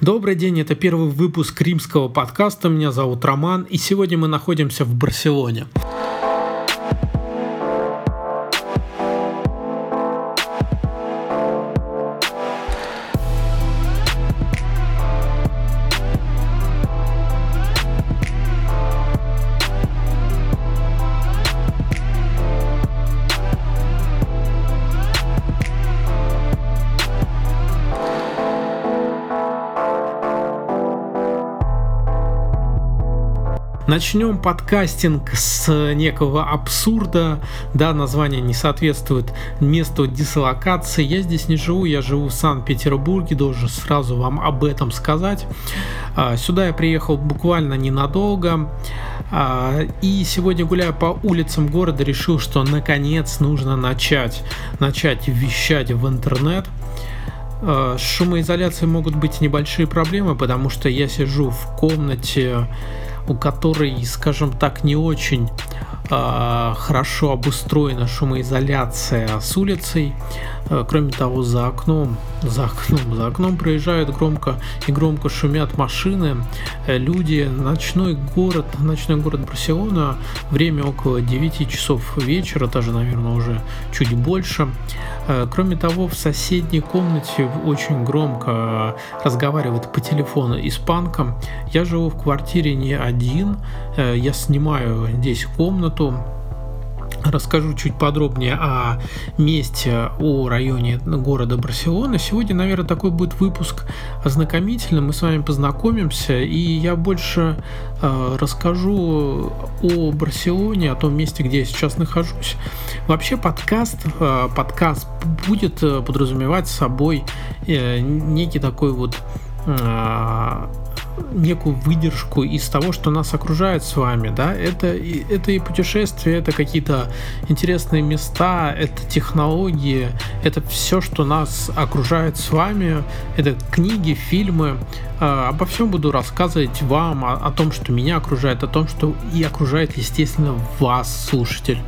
Добрый день, это первый выпуск римского подкаста. Меня зовут Роман, и сегодня мы находимся в Барселоне. Начнем подкастинг с некого абсурда. Да, название не соответствует месту дислокации. Я здесь не живу, я живу в Санкт-Петербурге, должен сразу вам об этом сказать. Сюда я приехал буквально ненадолго. И сегодня, гуляя по улицам города, решил, что наконец нужно начать вещать в интернет. С шумоизоляцией могут быть небольшие проблемы, потому что я сижу в комнате, у которой, скажем так, не очень хорошо обустроена шумоизоляция с улицей. Кроме того, за окном проезжают громко шумят машины, люди. Ночной город Барселона, время около 9 часов вечера, даже, наверное, уже чуть больше. Кроме того, в соседней комнате очень громко разговаривает по телефону испанка. Я живу в квартире не один, я снимаю здесь комнату. Расскажу чуть подробнее о месте, о районе города Барселона. Сегодня, наверное, такой будет выпуск ознакомительный. Мы с вами познакомимся, и я больше расскажу о Барселоне, о том месте, где я сейчас нахожусь. Вообще подкаст будет подразумевать собой некий такой вот некую выдержку из того, что нас окружает с вами, да, это и путешествия, это какие-то интересные места, это технологии, это все, что нас окружает с вами, это книги, фильмы. Обо всем буду рассказывать вам, о том, что меня окружает, о том, что и окружает, естественно, вас, слушатель.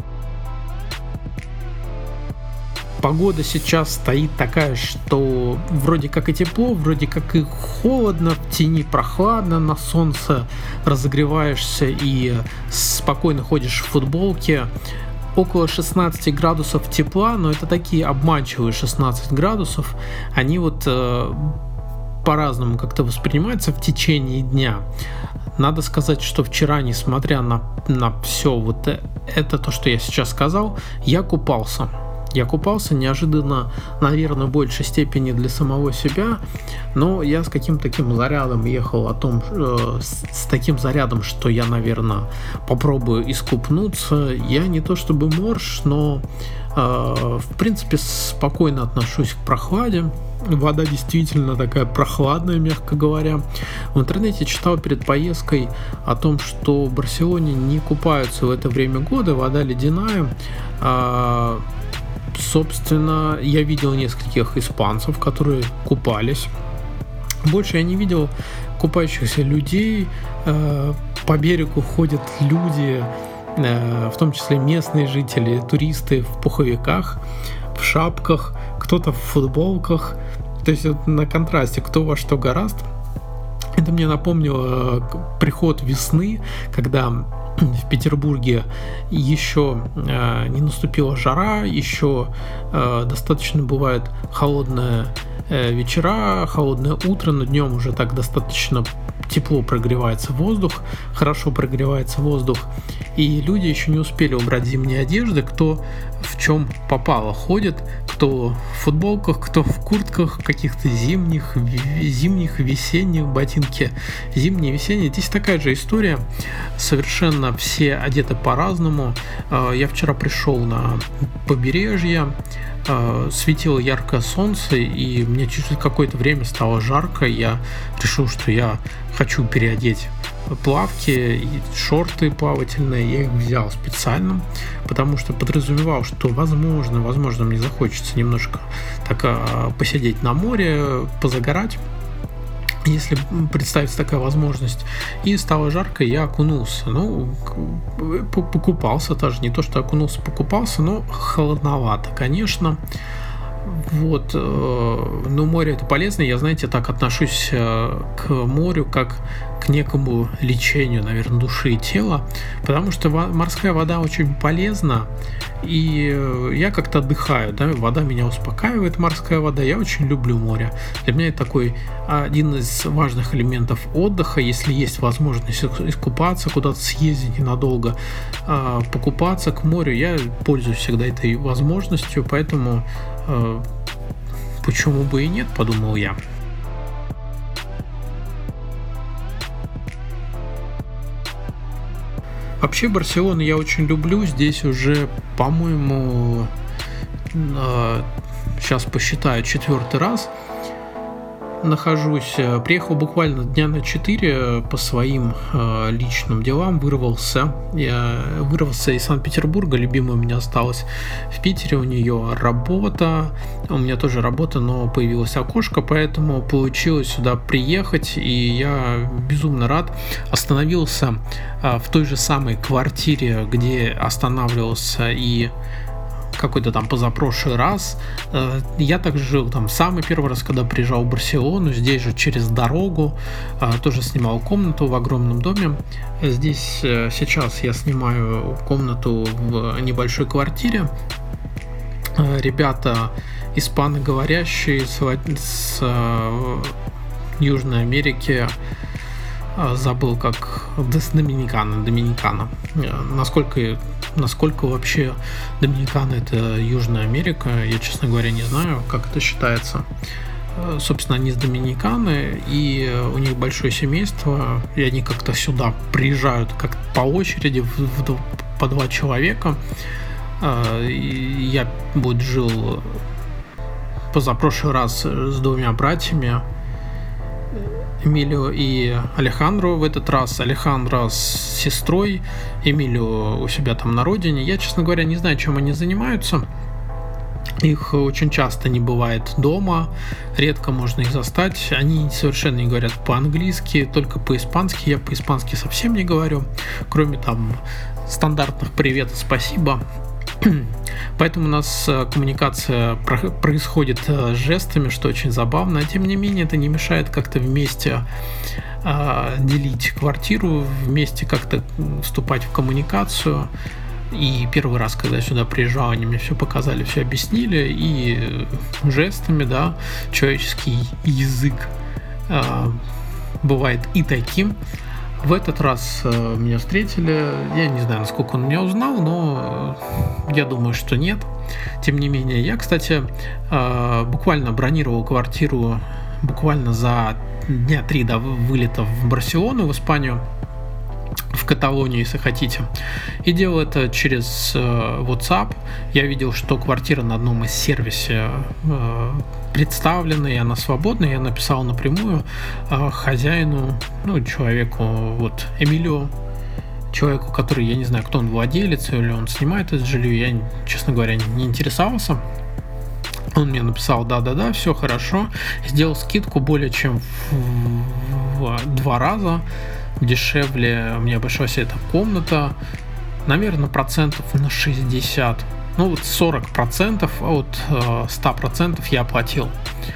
Погода сейчас стоит такая, что вроде как и тепло, вроде как и холодно, в тени прохладно, на солнце разогреваешься и спокойно ходишь в футболке. Около 16 градусов тепла, но это такие обманчивые 16 градусов, они вот по-разному как-то воспринимаются в течение дня. Надо сказать, что вчера, несмотря на все вот это, то, что я сейчас сказал, я купался неожиданно, наверное, в большей степени для самого себя, но я с каким-то таким зарядом ехал, с таким зарядом, что я, наверное, попробую искупнуться. Я не то чтобы морж, но в принципе спокойно отношусь к прохладе. Вода действительно такая прохладная, мягко говоря. В интернете читал перед поездкой о том, что в Барселоне не купаются в это время года, вода ледяная. Собственно, я видел нескольких испанцев, которые купались. Больше я не видел купающихся людей. По берегу ходят люди, в том числе местные жители, туристы в пуховиках, в шапках, кто-то в футболках. То есть вот на контрасте, кто во что гораст. Это мне напомнило приход весны, когда в Петербурге еще не наступила жара, еще достаточно бывает холодные вечера, холодное утро, но днем уже так достаточно тепло прогревается воздух, хорошо прогревается воздух, и люди еще не успели убрать зимние одежды, кто в чем попало ходит, кто в футболках, кто в куртках, каких-то зимних, весенних, ботинки зимние, весенние. Здесь такая же история, совершенно все одеты по-разному. Я вчера пришел на побережье, светило яркое солнце, и мне через какое-то время стало жарко. Я решил, что я хочу переодеть плавки и шорты плавательные. Я их взял специально, потому что подразумевал, что возможно мне захочется немножко так посидеть на море, позагорать, если представится такая возможность. И стало жарко, и я окунулся. Покупался тоже. Не то, что окунулся, покупался, но холодновато, конечно. Вот, но море это полезно. Я, знаете, так отношусь к морю как к некому лечению, наверное, души и тела, потому что морская вода очень полезна, и я как-то отдыхаю, да, вода меня успокаивает, морская вода, я очень люблю море. Для меня это такой один из важных элементов отдыха, если есть возможность искупаться, куда-то съездить ненадолго, покупаться к морю, я пользуюсь всегда этой возможностью, поэтому почему бы и нет, подумал я. Вообще Барселону я очень люблю. Здесь уже, по-моему, сейчас посчитаю, 4-й раз нахожусь. Приехал буквально дня на 4 по своим личным делам, вырвался. Я вырвался из Санкт-Петербурга, любимая у меня осталась в Питере, у нее работа, у меня тоже работа, но появилось окошко, поэтому получилось сюда приехать, и я безумно рад. Остановился в той же самой квартире, где останавливался и какой-то там позапрошлый раз. Я также жил там самый первый раз, когда приезжал в Барселону, здесь же через дорогу, тоже снимал комнату в огромном доме. Здесь сейчас я снимаю комнату в небольшой квартире. Ребята испаноговорящие с Южной Америки, забыл как, Доминикана. Насколько вообще Доминикана это Южная Америка, я, честно говоря, не знаю, как это считается. Собственно, они с Доминиканы, и у них большое семейство, и они как-то сюда приезжают как по очереди по 2 человека. Я жил позапрошлый раз с 2 братьями, Эмилио и Алехандро. В этот раз Алехандро с сестрой, Эмилио у себя там на родине. Я, честно говоря, не знаю, чем они занимаются. Их очень часто не бывает дома, редко можно их застать. Они совершенно не говорят по-английски, только по-испански. Я по-испански совсем не говорю, кроме там стандартных «привет» и «спасибо». Поэтому у нас коммуникация происходит жестами, что очень забавно. Тем не менее, это не мешает как-то вместе делить квартиру, вместе как-то вступать в коммуникацию. И первый раз, когда я сюда приезжал, они мне все показали, все объяснили. И жестами, да, человеческий язык бывает и таким. В этот раз меня встретили, я не знаю, насколько он меня узнал, но я думаю, что нет. Тем не менее, я, кстати, буквально бронировал квартиру буквально за дня 3 до вылета в Барселону, в Испанию, в Каталонию, если хотите. И делал это через WhatsApp. Я видел, что квартира на одном из сервисов представлена, и она свободна. Я написал напрямую хозяину, человеку, вот Эмилио, человеку, который, я не знаю, кто он, владелец или он снимает это жилье, я, честно говоря, не интересовался. Он мне написал: да, все хорошо. Сделал скидку более чем в 2 раза дешевле. Мне обошлась эта комната, наверное, процентов на 60. 40% от 100% я оплатил.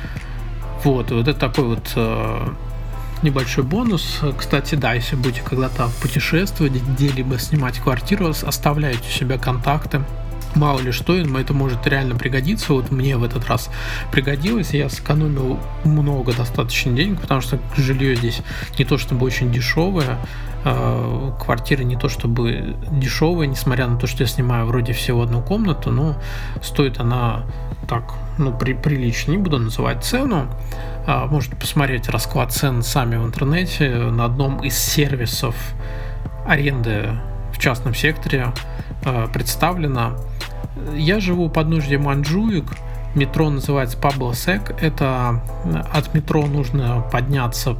Вот это такой вот небольшой бонус. Кстати, да, если будете когда-то путешествовать, где-либо снимать квартиру, оставляйте у себя контакты. Мало ли что, это может реально пригодиться. Вот мне в этот раз пригодилось. Я сэкономил много достаточно денег, потому что жилье здесь не то чтобы очень дешевое. Квартира не то чтобы дешевая, несмотря на то, что я снимаю вроде всего одну комнату, но стоит она так, прилично. Не буду называть цену. Можете посмотреть расклад цен сами в интернете на одном из сервисов аренды в частном секторе представлено. Я живу у подножья Монжуик. Метро называется Пабло Сек. Это от метро нужно подняться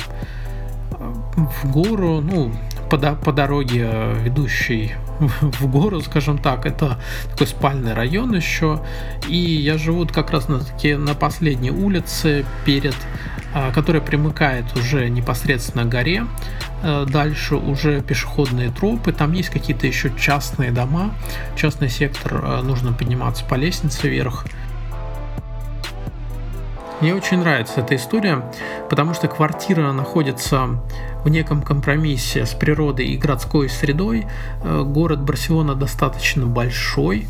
в гору, по дороге, ведущей в гору, скажем так. Это такой спальный район еще. И я живу как раз на последней улице, которая примыкает уже непосредственно к горе. Дальше уже пешеходные тропы, там есть какие-то еще частные дома, частный сектор, нужно подниматься по лестнице вверх. Мне очень нравится эта история, потому что квартира находится в неком компромиссе с природой и городской средой. Город Барселона достаточно большой,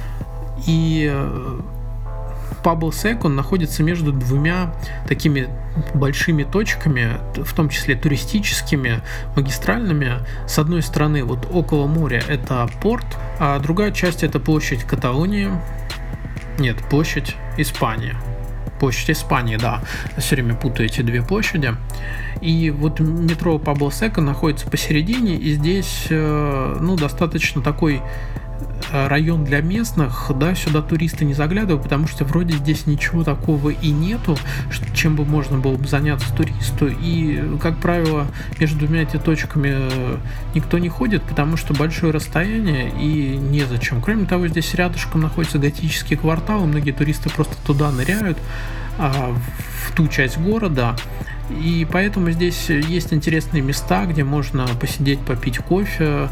и Pablo Sec, он находится между двумя такими большими точками, в том числе туристическими, магистральными. С одной стороны, вот около моря это порт, а другая часть это площадь Каталонии. Нет, площадь Испании. Площадь Испании, да. Все время путаю эти две площади. И вот метро Pablo Sec находится посередине, и здесь, достаточно такой район для местных, да, сюда туристы не заглядывают, потому что вроде здесь ничего такого и нету, чем бы можно было бы заняться туристу, и, как правило, между двумя этими точками никто не ходит, потому что большое расстояние и незачем. Кроме того, здесь рядышком находится готический квартал, и многие туристы просто туда ныряют, в ту часть города, и поэтому здесь есть интересные места, где можно посидеть, попить кофе.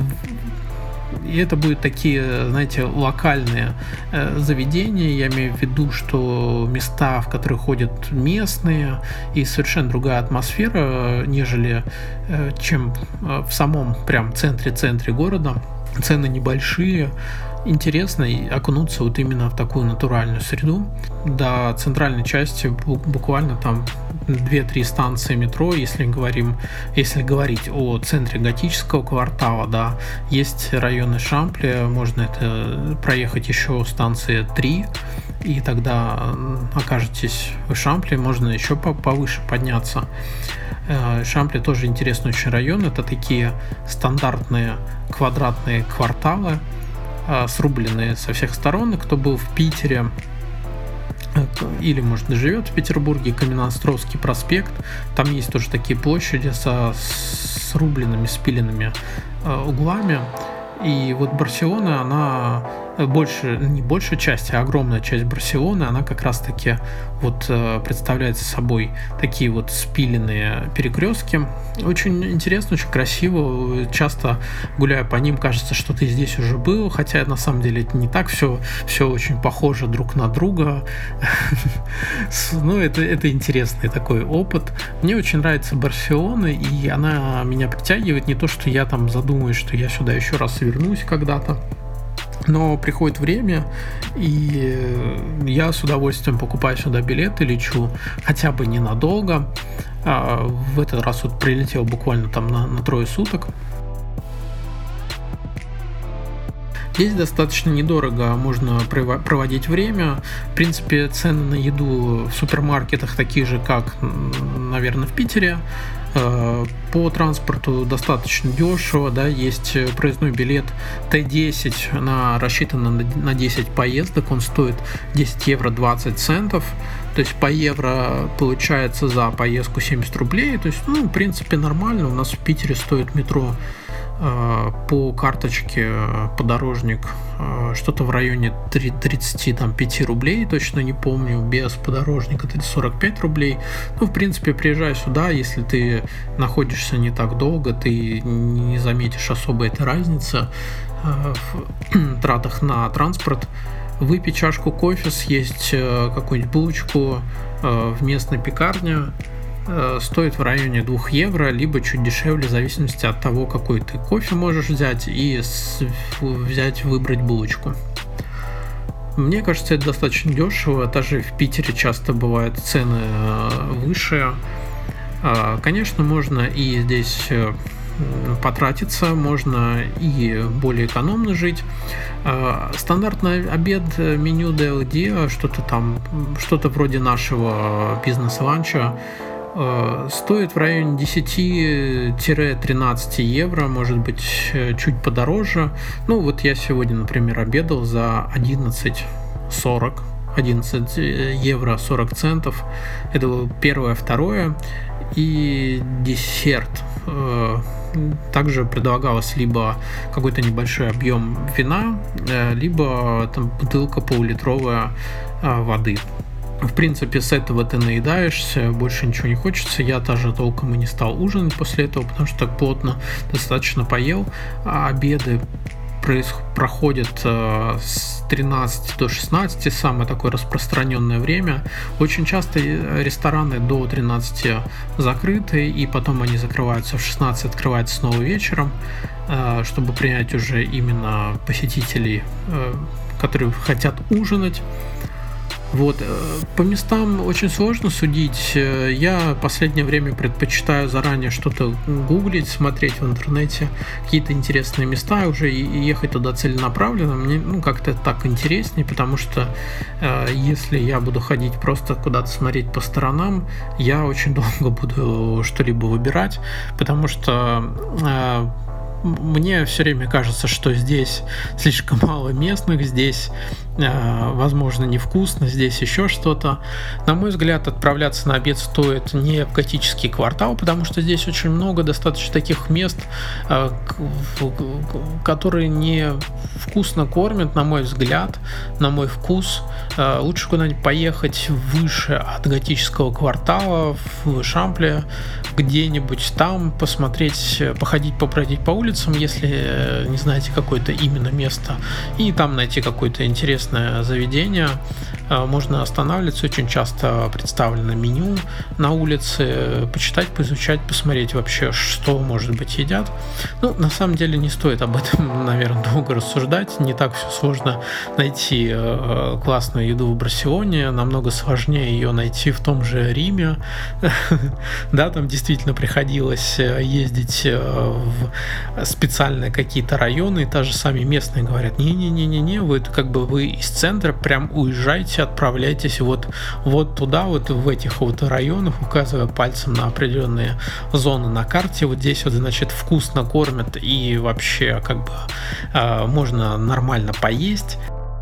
И это будут такие, знаете, локальные заведения. Я имею в виду, что места, в которые ходят местные, и совершенно другая атмосфера, нежели чем в самом прям центре города. Цены небольшие. Интересно окунуться вот именно в такую натуральную среду. До центральной части буквально там 2-3 станции метро, если говорить о центре готического квартала, да, есть районы Шампли, можно это проехать еще станции 3, и тогда окажетесь в Шампли, можно еще повыше подняться. Шампли тоже интересный очень район, это такие стандартные квадратные кварталы, срубленные со всех сторон. Кто был в Питере или, может, живет в Петербурге, Каменноостровский проспект, там есть тоже такие площади со срубленными, спиленными углами. И вот Барселона, она не большая часть, а огромная часть Барселоны, она как раз-таки вот представляет собой такие вот спиленные перекрестки. Очень интересно, очень красиво. Часто, гуляя по ним, кажется, что ты здесь уже был, хотя на самом деле это не так, все очень похоже друг на друга. Ну, это интересный такой опыт. Мне очень нравится Барселона, и она меня притягивает. Не то, что я там задумаюсь, что я сюда еще раз вернусь когда-то. Но приходит время, и я с удовольствием покупаю сюда билет и лечу хотя бы ненадолго. В этот раз вот прилетел буквально там на 3 суток. Здесь достаточно недорого можно проводить время. В принципе, цены на еду в супермаркетах такие же, как, наверное, в Питере. По транспорту достаточно дешево, да, есть проездной билет Т10, рассчитан на 10 поездок, он стоит 10 евро 20 центов, то есть по евро получается за поездку 70 рублей, то есть, в принципе, нормально. У нас в Питере стоит метро по карточке подорожник что-то в районе 35 рублей, точно не помню, без подорожника это 45 рублей. В принципе, приезжай сюда, если ты находишься не так долго, ты не заметишь особо этой разницы в тратах на транспорт. Выпить чашку кофе, съесть какую-нибудь булочку в местной пекарне стоит в районе 2 евро, либо чуть дешевле, в зависимости от того, какой ты кофе можешь взять, и выбрать булочку. Мне кажется, это достаточно дешево. Даже в Питере часто бывают цены выше. Конечно, можно и здесь потратиться, можно и более экономно жить. Стандартный обед, меню DLD, что-то вроде нашего бизнес-ланча, стоит в районе 10-13 евро, может быть, чуть подороже. Вот я сегодня, например, обедал за 11 евро 40 центов. Это было первое, второе. И десерт. Также предлагалось либо какой-то небольшой объем вина, либо бутылка полулитровая воды. В принципе, с этого ты наедаешься, больше ничего не хочется. Я даже толком и не стал ужинать после этого, потому что так плотно достаточно поел. А обеды проходит с 13 до 16, самое такое распространенное время. Очень часто рестораны до 13 закрыты, и потом они закрываются в 16, открываются снова вечером, чтобы принять уже именно посетителей, которые хотят ужинать. Вот. По местам очень сложно судить. Я в последнее время предпочитаю заранее что-то гуглить, смотреть в интернете какие-то интересные места, уже и ехать туда целенаправленно. Мне как-то так интереснее, потому что если я буду ходить просто куда-то смотреть по сторонам, я очень долго буду что-либо выбирать, потому что мне все время кажется, что здесь слишком мало местных, здесь, возможно, невкусно, здесь еще что-то. На мой взгляд, отправляться на обед стоит не в готический квартал, потому что здесь очень много достаточно таких мест, которые не вкусно кормят, на мой взгляд, на мой вкус. Лучше куда-нибудь поехать выше от готического квартала, в Шампле, где-нибудь там посмотреть, походить, побродить по улицам, если не знаете какое-то именно место, и там найти какое-то интересное заведение. Можно останавливаться, очень часто представлено меню на улице, почитать, поизучать, посмотреть вообще, что, может быть, едят. На самом деле не стоит об этом, наверное, долго рассуждать, не так все сложно найти классную еду в Барселоне, намного сложнее ее найти в том же Риме. Да, там действительно приходилось ездить в специальные какие-то районы, и даже сами местные говорят: не-не-не-не, вы из центра прям уезжайте, отправляйтесь вот туда, вот в этих вот районах, указывая пальцем на определенные зоны на карте. Вот здесь вот, значит, вкусно кормят и вообще можно нормально поесть.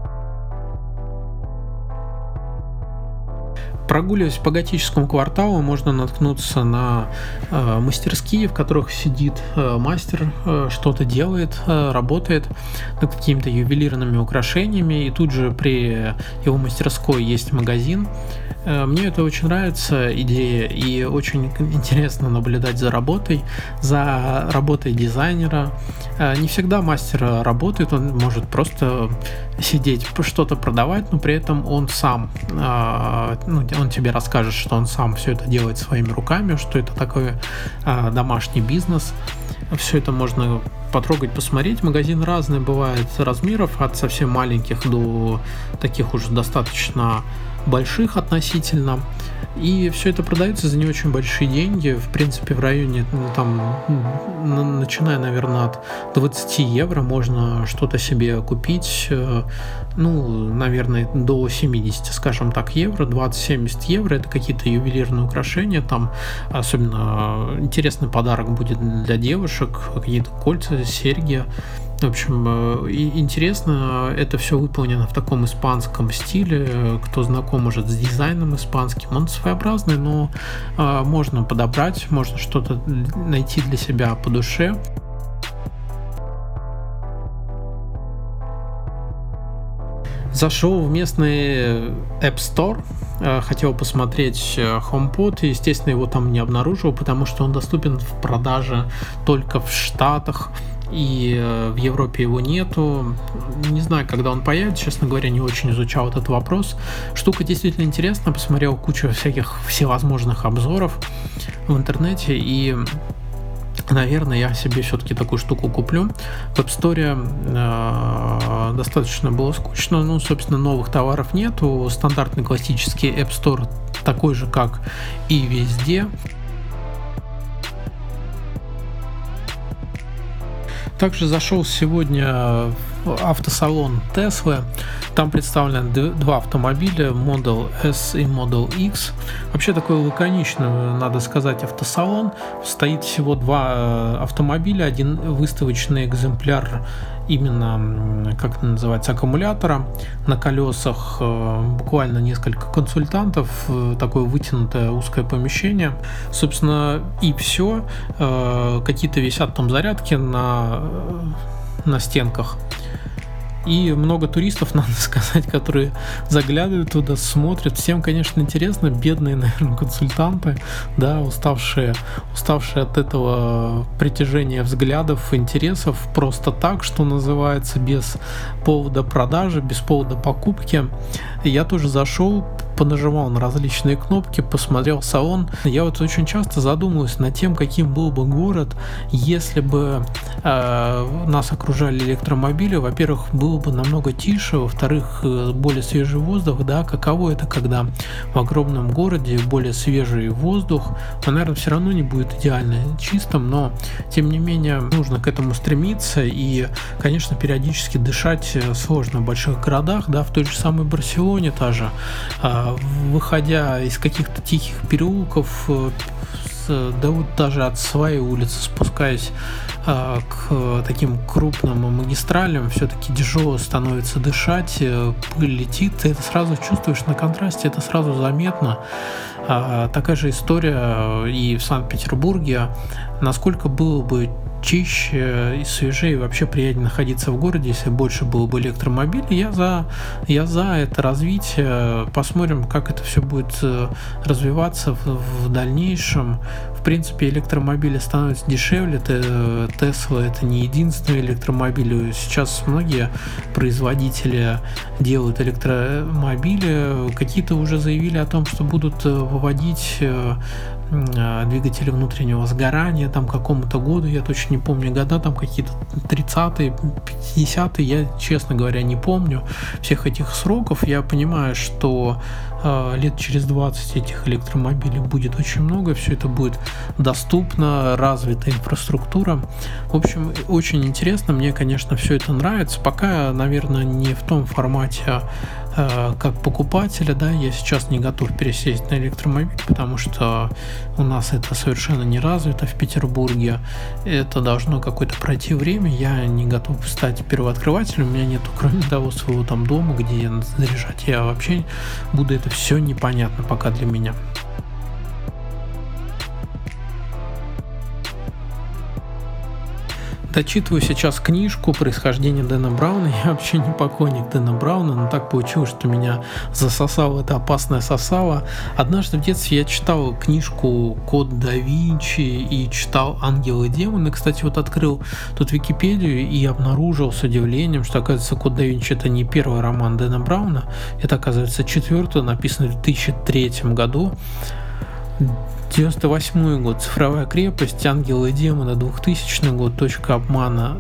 Прогуливаясь по готическому кварталу, можно наткнуться на мастерские, в которых сидит мастер, что-то делает, работает над какими-то ювелирными украшениями, и тут же при его мастерской есть магазин. Мне это очень нравится, идея, и очень интересно наблюдать за работой дизайнера. Не всегда мастер работает, он может просто сидеть, что-то продавать, но при этом он сам, он тебе расскажет, что он сам все это делает своими руками, что это такой домашний бизнес. Все это можно потрогать, посмотреть. Магазин разный бывает размеров, от совсем маленьких до таких уже достаточно больших относительно. И все это продается за не очень большие деньги. В принципе, в районе, начиная, наверное, от 20 евро можно что-то себе купить. Наверное, до 70, скажем так, евро, 20-70 евро. Это какие-то ювелирные украшения. Там особенно интересный подарок будет для девушек. Какие-то кольца, серьги. В общем, интересно, это все выполнено в таком испанском стиле. Кто знаком, может, с дизайном испанским, он своеобразный, но можно подобрать, можно что-то найти для себя по душе. Зашел в местный App Store, хотел посмотреть HomePod, и, естественно, его там не обнаружил, потому что он доступен в продаже только в Штатах, и в Европе его нету. Не знаю, когда он появится, честно говоря, не очень изучал этот вопрос. Штука действительно интересная, посмотрел кучу всяких всевозможных обзоров в интернете, и наверное, я себе все-таки такую штуку куплю. В App Store достаточно было скучно, собственно, новых товаров нету. Стандартный классический App Store такой же, как и везде. Также зашел сегодня в автосалон Tesla. Там представлены два автомобиля, Model S и Model X. Вообще такой лаконичный, надо сказать, автосалон. Стоит всего два автомобиля, один выставочный экземпляр именно, как это называется, аккумулятора на колесах, буквально несколько консультантов, такое вытянутое узкое помещение, собственно, и все. Какие-то висят там зарядки на стенках. И много туристов, надо сказать, которые заглядывают туда, смотрят. Всем, конечно, интересно. Бедные, наверное, консультанты, да, уставшие от этого притяжения взглядов, интересов просто так, что называется, без повода продажи, без повода покупки. Я тоже зашел, понажимал на различные кнопки, посмотрел салон. Я вот очень часто задумываюсь над тем, каким был бы город, если бы нас окружали электромобили. Во-первых, было бы намного тише, во-вторых, более свежий воздух, да, каково это, когда в огромном городе более свежий воздух, он, наверное, все равно не будет идеально чистым, но, тем не менее, нужно к этому стремиться, и, конечно, периодически дышать сложно в больших городах, да, в той же самой Барселоне тоже, выходя из каких-то тихих переулков, да вот даже от своей улицы спускаясь к таким крупным магистралям, все-таки тяжело становится дышать, пыль летит, ты это сразу чувствуешь на контрасте, это сразу заметно. Такая же история и в Санкт-Петербурге. Насколько было бы чище и свежее, и вообще приятнее находиться в городе, если больше было бы электромобилей. Я за это развитие. Посмотрим, как это все будет развиваться в дальнейшем. В принципе, электромобили становятся дешевле. Tesla это не единственный электромобиль. Сейчас многие производители делают электромобили. Какие-то уже заявили о том, что будут выводить двигатели внутреннего сгорания там к какому-то году, я точно не помню года, там какие-то 30-е, 50-е, я, честно говоря, не помню всех этих сроков. Я понимаю, что лет через 20 этих электромобилей будет очень много, все это будет доступно, развита инфраструктура. В общем, очень интересно, мне, конечно, все это нравится. Пока, наверное, не в том формате, как покупателя, да, я сейчас не готов пересесть на электромобиль, потому что у нас это совершенно не развито в Петербурге. Это должно какое-то пройти время. Я не готов стать первооткрывателем. У меня нету, кроме того, своего там дома, где я заряжать. Я вообще буду, это все непонятно пока для меня. Дочитываю сейчас книжку «Происхождение Дэна Брауна». Я вообще не поклонник Дэна Брауна, но так получилось, что меня засосало это опасное сосало. Однажды в детстве я читал книжку «Код да Винчи» и читал «Ангелы и демоны». Кстати, вот открыл тут Википедию и обнаружил с удивлением, что, оказывается, «Код да Винчи» — это не первый роман Дэна Брауна, это, оказывается, четвертый, написанный в 2003 году. 98 год, «Цифровая крепость», «Ангелы и демоны», 2000 год, «Точка обмана»,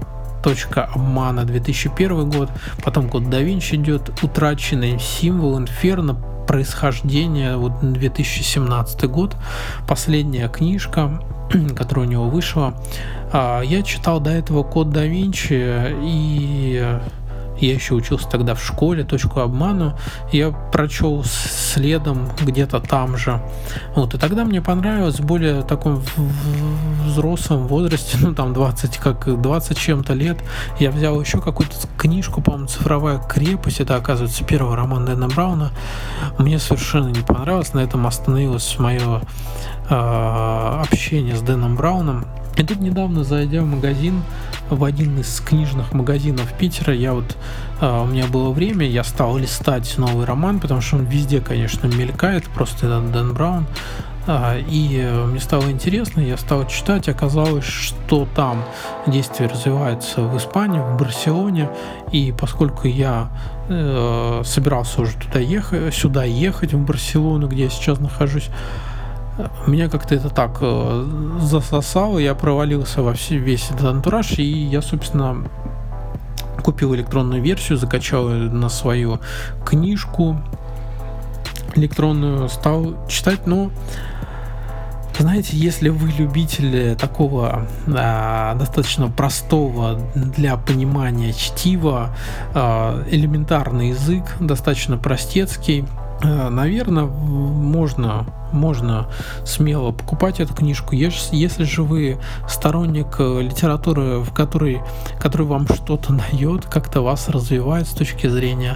2001 год, потом «Код да Винчи» идет, «Утраченный символ», «Инферно», «Происхождение», вот 2017 год, последняя книжка, которая у него вышла. Я читал до этого «Код да Винчи», и я еще учился тогда в школе, «Точку обману», я прочел следом где-то там же. Вот, и тогда мне понравилось в более таком взрослом возрасте, ну там 20 чем-то лет, я взял еще какую-то книжку, по-моему, «Цифровая крепость», это, оказывается, первый роман Дэна Брауна. Мне совершенно не понравилось, на этом остановилось мое общение с Дэном Брауном. И тут недавно, зайдя в магазин, в один из книжных магазинов Питера, у меня было время, я стал листать новый роман, потому что он везде, конечно, мелькает, просто этот Дэн Браун. И мне стало интересно, я стал читать, оказалось, что там действие развивается в Испании, в Барселоне, и поскольку я собирался уже сюда ехать, в Барселону, где я сейчас нахожусь, меня как-то это так засосало, я провалился во весь этот антураж, и я, собственно, купил электронную версию, закачал ее на свою книжку электронную, стал читать, но, знаете, если вы любители такого достаточно простого для понимания чтива, элементарный язык, достаточно простецкий, наверное, можно смело покупать эту книжку. Если же вы сторонник литературы, в которой вам что-то дает, как-то вас развивает с точки зрения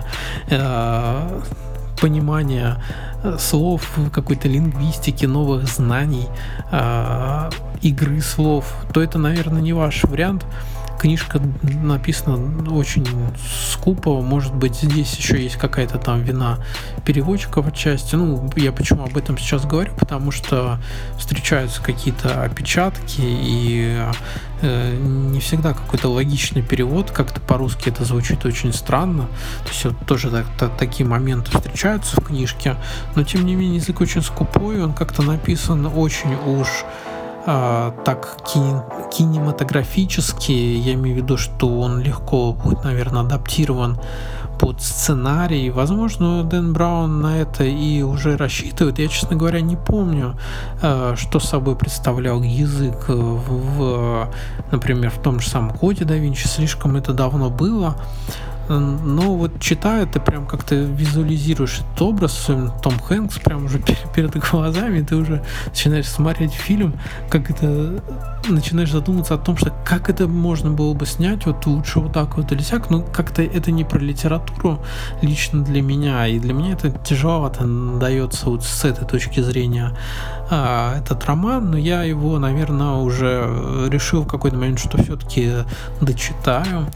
понимания слов, какой-то лингвистики, новых знаний, игры слов, то это, наверное, не ваш вариант. книжка написана очень скупо, может быть, здесь еще есть какая-то там вина переводчика в отчасти. Ну, я почему об этом сейчас говорю, потому что встречаются какие-то опечатки, и не всегда какой-то логичный перевод, как-то по-русски это звучит очень странно. То есть вот тоже такие моменты встречаются в книжке, но тем не менее язык очень скупой, он как-то написан очень уж так кинематографически. Я имею в виду, что он легко будет, наверное, адаптирован под сценарий. Возможно, Дэн Браун на это и уже рассчитывает. Я, честно говоря, не помню, что собой представлял язык например, в том же самом Коде да Винчи. Слишком это давно было. Но вот читая, ты прям как-то визуализируешь этот образ, особенно Том Хэнкс прям уже перед глазами, ты уже начинаешь смотреть фильм, как это, начинаешь задумываться о том, что как это можно было бы снять, вот лучше вот так вот или сяк, но как-то это не про литературу лично для меня, и для меня это тяжеловато дается вот с этой точки зрения этот роман, но я его, наверное, уже решил в какой-то момент, что все-таки дочитаю.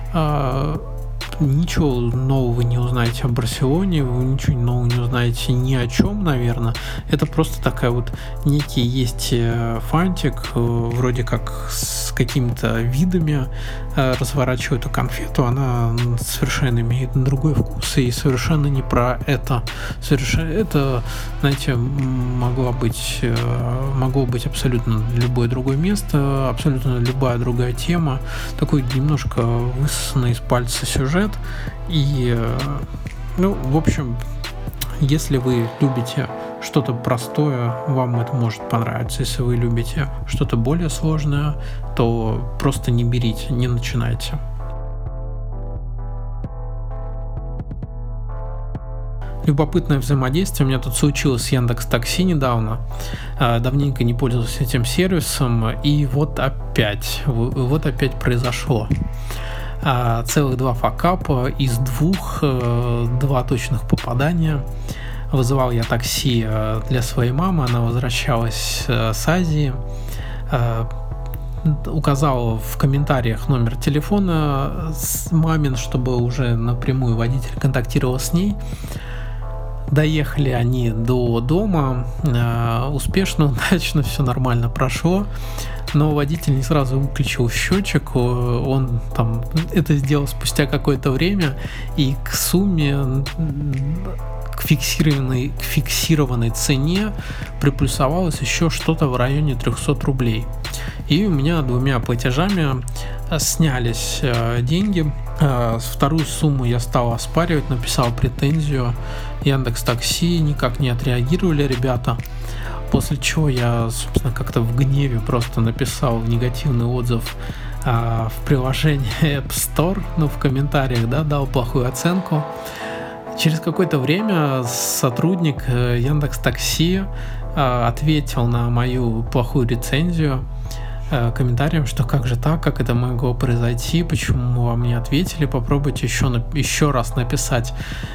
Ничего нового вы не узнаете о Барселоне, вы ничего нового не узнаете ни о чем, наверное. Это просто такая вот некий есть фантик, вроде как с какими-то видами разворачиваю эту конфету, она совершенно имеет другой вкус и совершенно не про это. Совершенно это, знаете, могло быть абсолютно любое другое место, абсолютно любая другая тема, такой немножко высосанный из пальца сюжет. И, в общем, если вы любите что-то простое, вам это может понравиться. Если вы любите что-то более сложное, то просто не берите, не начинайте. Любопытное взаимодействие у меня тут случилось с Яндекс.Такси недавно. Давненько не пользовался этим сервисом, и вот опять произошло. Целых 2 факапа из 2 точных попадания. Вызывал я такси для своей мамы, она возвращалась с Азии. Указал в комментариях номер телефона мамин, чтобы уже напрямую водитель контактировал с ней. Доехали они до дома, успешно, удачно, все нормально прошло. Но водитель не сразу выключил счетчик, он там это сделал спустя какое-то время, и к сумме, к фиксированной цене приплюсовалось еще что-то в районе 300 рублей. И у меня 2 платежами снялись деньги. Вторую сумму я стал оспаривать, написал претензию Яндекс.Такси, никак не отреагировали ребята. После чего я, собственно, как-то в гневе просто написал негативный отзыв в приложении App Store, в комментариях, дал плохую оценку. Через какое-то время сотрудник Яндекс.Такси ответил на мою плохую рецензию комментарием, что как же так, как это могло произойти, почему вам не ответили, попробуйте еще раз написать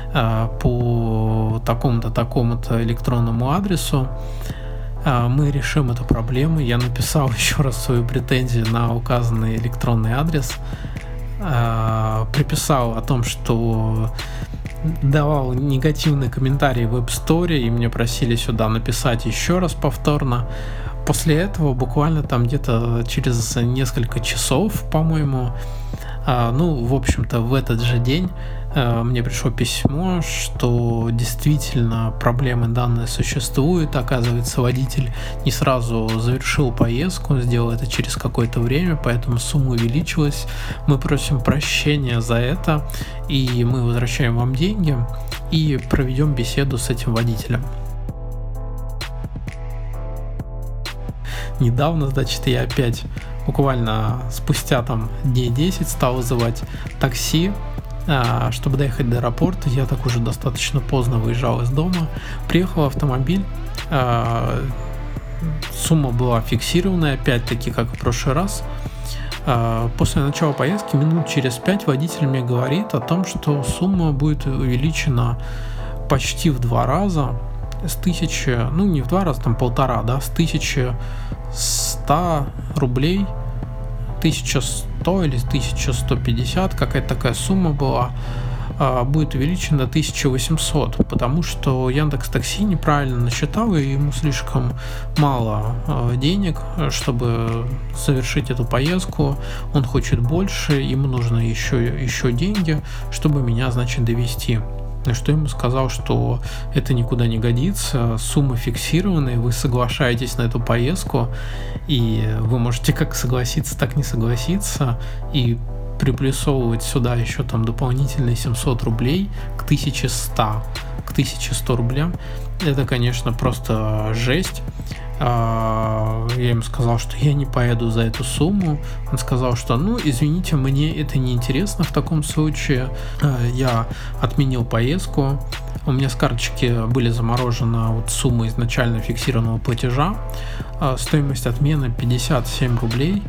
по такому-то электронному адресу, мы решим эту проблему. Я написал еще раз свою претензию на указанный электронный адрес, приписал о том, что давал негативный комментарий в App Store, и мне просили сюда написать еще раз повторно. После этого буквально там где-то через несколько часов, по-моему, в общем-то в этот же день мне пришло письмо, что действительно проблемы данные существуют. Оказывается, водитель не сразу завершил поездку, он сделал это через какое-то время, поэтому сумма увеличилась. Мы просим прощения за это, и мы возвращаем вам деньги и проведем беседу с этим водителем. Недавно, я опять буквально спустя дней 10 стал вызывать такси, чтобы доехать до аэропорта. Я так уже достаточно поздно выезжал из дома. Приехал автомобиль, сумма была фиксированная, опять-таки, как в прошлый раз. После начала поездки, минут через 5, водитель мне говорит о том, что сумма будет увеличена почти в 2 раза, с 1000, не в 2 раза, 1,5, с 1100 рублей, 1100 1100 или 1150, какая-то такая сумма была, будет увеличен до 1800, потому что Яндекс.Такси неправильно насчитал, и ему слишком мало денег, чтобы совершить эту поездку. Он хочет больше, ему нужно еще деньги, чтобы меня, значит, довести. На что ему сказал, что это никуда не годится, суммы фиксированные, вы соглашаетесь на эту поездку, и вы можете как согласиться, так не согласиться, и приплюсовывать сюда еще там дополнительные 700 рублей к 1100 рублям. Это, конечно, просто жесть. Я ему сказал, что я не поеду за эту сумму. Он сказал, что извините, мне это не интересно в таком случае. Я отменил поездку. У меня с карточки были заморожена сумма изначально фиксированного платежа. Стоимость отмены 57 рублей.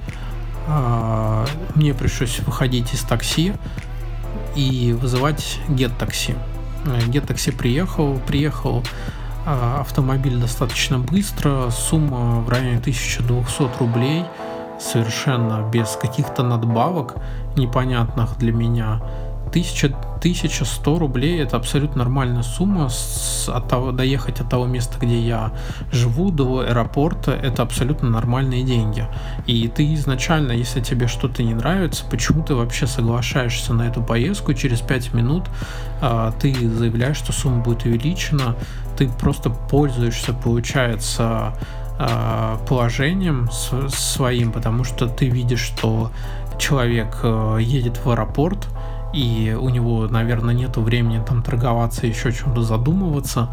Мне пришлось выходить из такси и вызывать GetTaxi. GetTaxi приехал автомобиль достаточно быстро, сумма в районе 1200 рублей, совершенно без каких-то надбавок непонятных для меня. 1100 рублей — это абсолютно нормальная сумма. Доехать от того места, где я живу, до аэропорта — это абсолютно нормальные деньги. И ты изначально, если тебе что-то не нравится, почему ты вообще соглашаешься на эту поездку? Через 5 минут ты заявляешь, что сумма будет увеличена, ты просто пользуешься, получается, положением своим, потому что ты видишь, что человек едет в аэропорт, и у него, наверное, нету времени там торговаться, еще о чем-то задумываться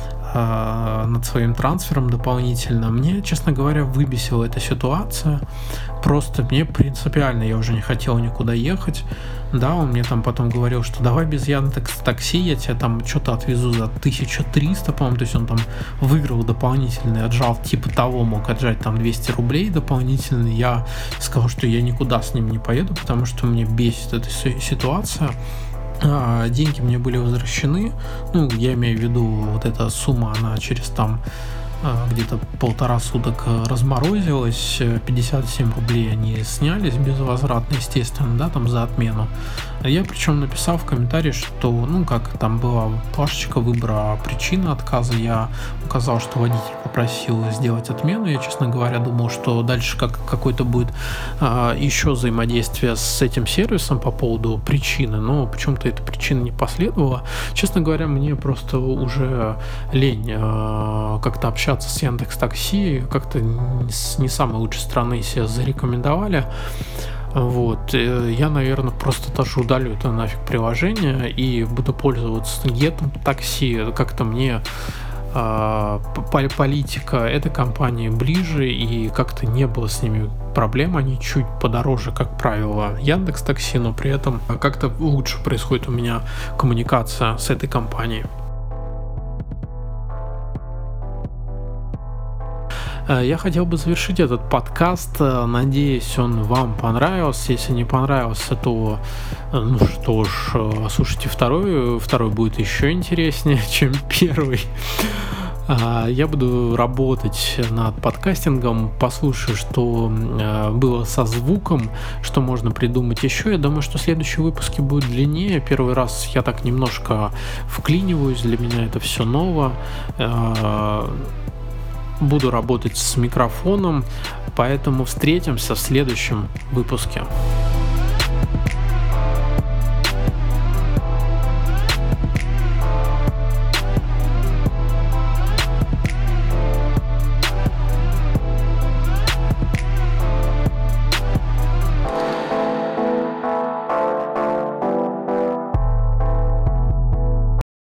над своим трансфером дополнительно. Мне, честно говоря, выбесила эта ситуация. Просто мне принципиально, я уже не хотел никуда ехать. Да, он мне там потом говорил, что давай без Яндекс.Такси, я тебя там что-то отвезу за 1300, по-моему, то есть он там выиграл дополнительный, отжал, типа того, мог отжать там 200 рублей дополнительно. Я сказал, что я никуда с ним не поеду, потому что мне бесит эта ситуация. Деньги мне были возвращены, я имею в виду, вот эта сумма, она через там где-то 1,5 суток разморозилась, 57 рублей они снялись безвозвратно, естественно, да, там за отмену. Я причем написал в комментарии, что, как там была плашечка выбора причины отказа, я указал, что водитель попросил сделать отмену. Я, честно говоря, думал, что дальше какое-то будет еще взаимодействие с этим сервисом по поводу причины, но почему-то эта причина не последовала. Честно говоря, мне просто уже лень как-то общаться с Яндекс.Такси, как-то с не самой лучшей стороны себя зарекомендовали. Я, наверное, просто даже удалю это нафиг приложение и буду пользоваться GetTaxi. Как-то мне политика этой компании ближе, и как-то не было с ними проблем. Они чуть подороже, как правило, Яндекс.Такси, но при этом как-то лучше происходит у меня коммуникация с этой компанией. Я хотел бы завершить этот подкаст. Надеюсь, он вам понравился. Если не понравился, то что ж, слушайте второй. Второй будет еще интереснее, чем первый. Я буду работать над подкастингом, послушаю, что было со звуком, что можно придумать еще. Я думаю, что следующие выпуски будут длиннее. Первый раз я так немножко вклиниваюсь, для меня это все ново. Буду работать с микрофоном, поэтому встретимся в следующем выпуске.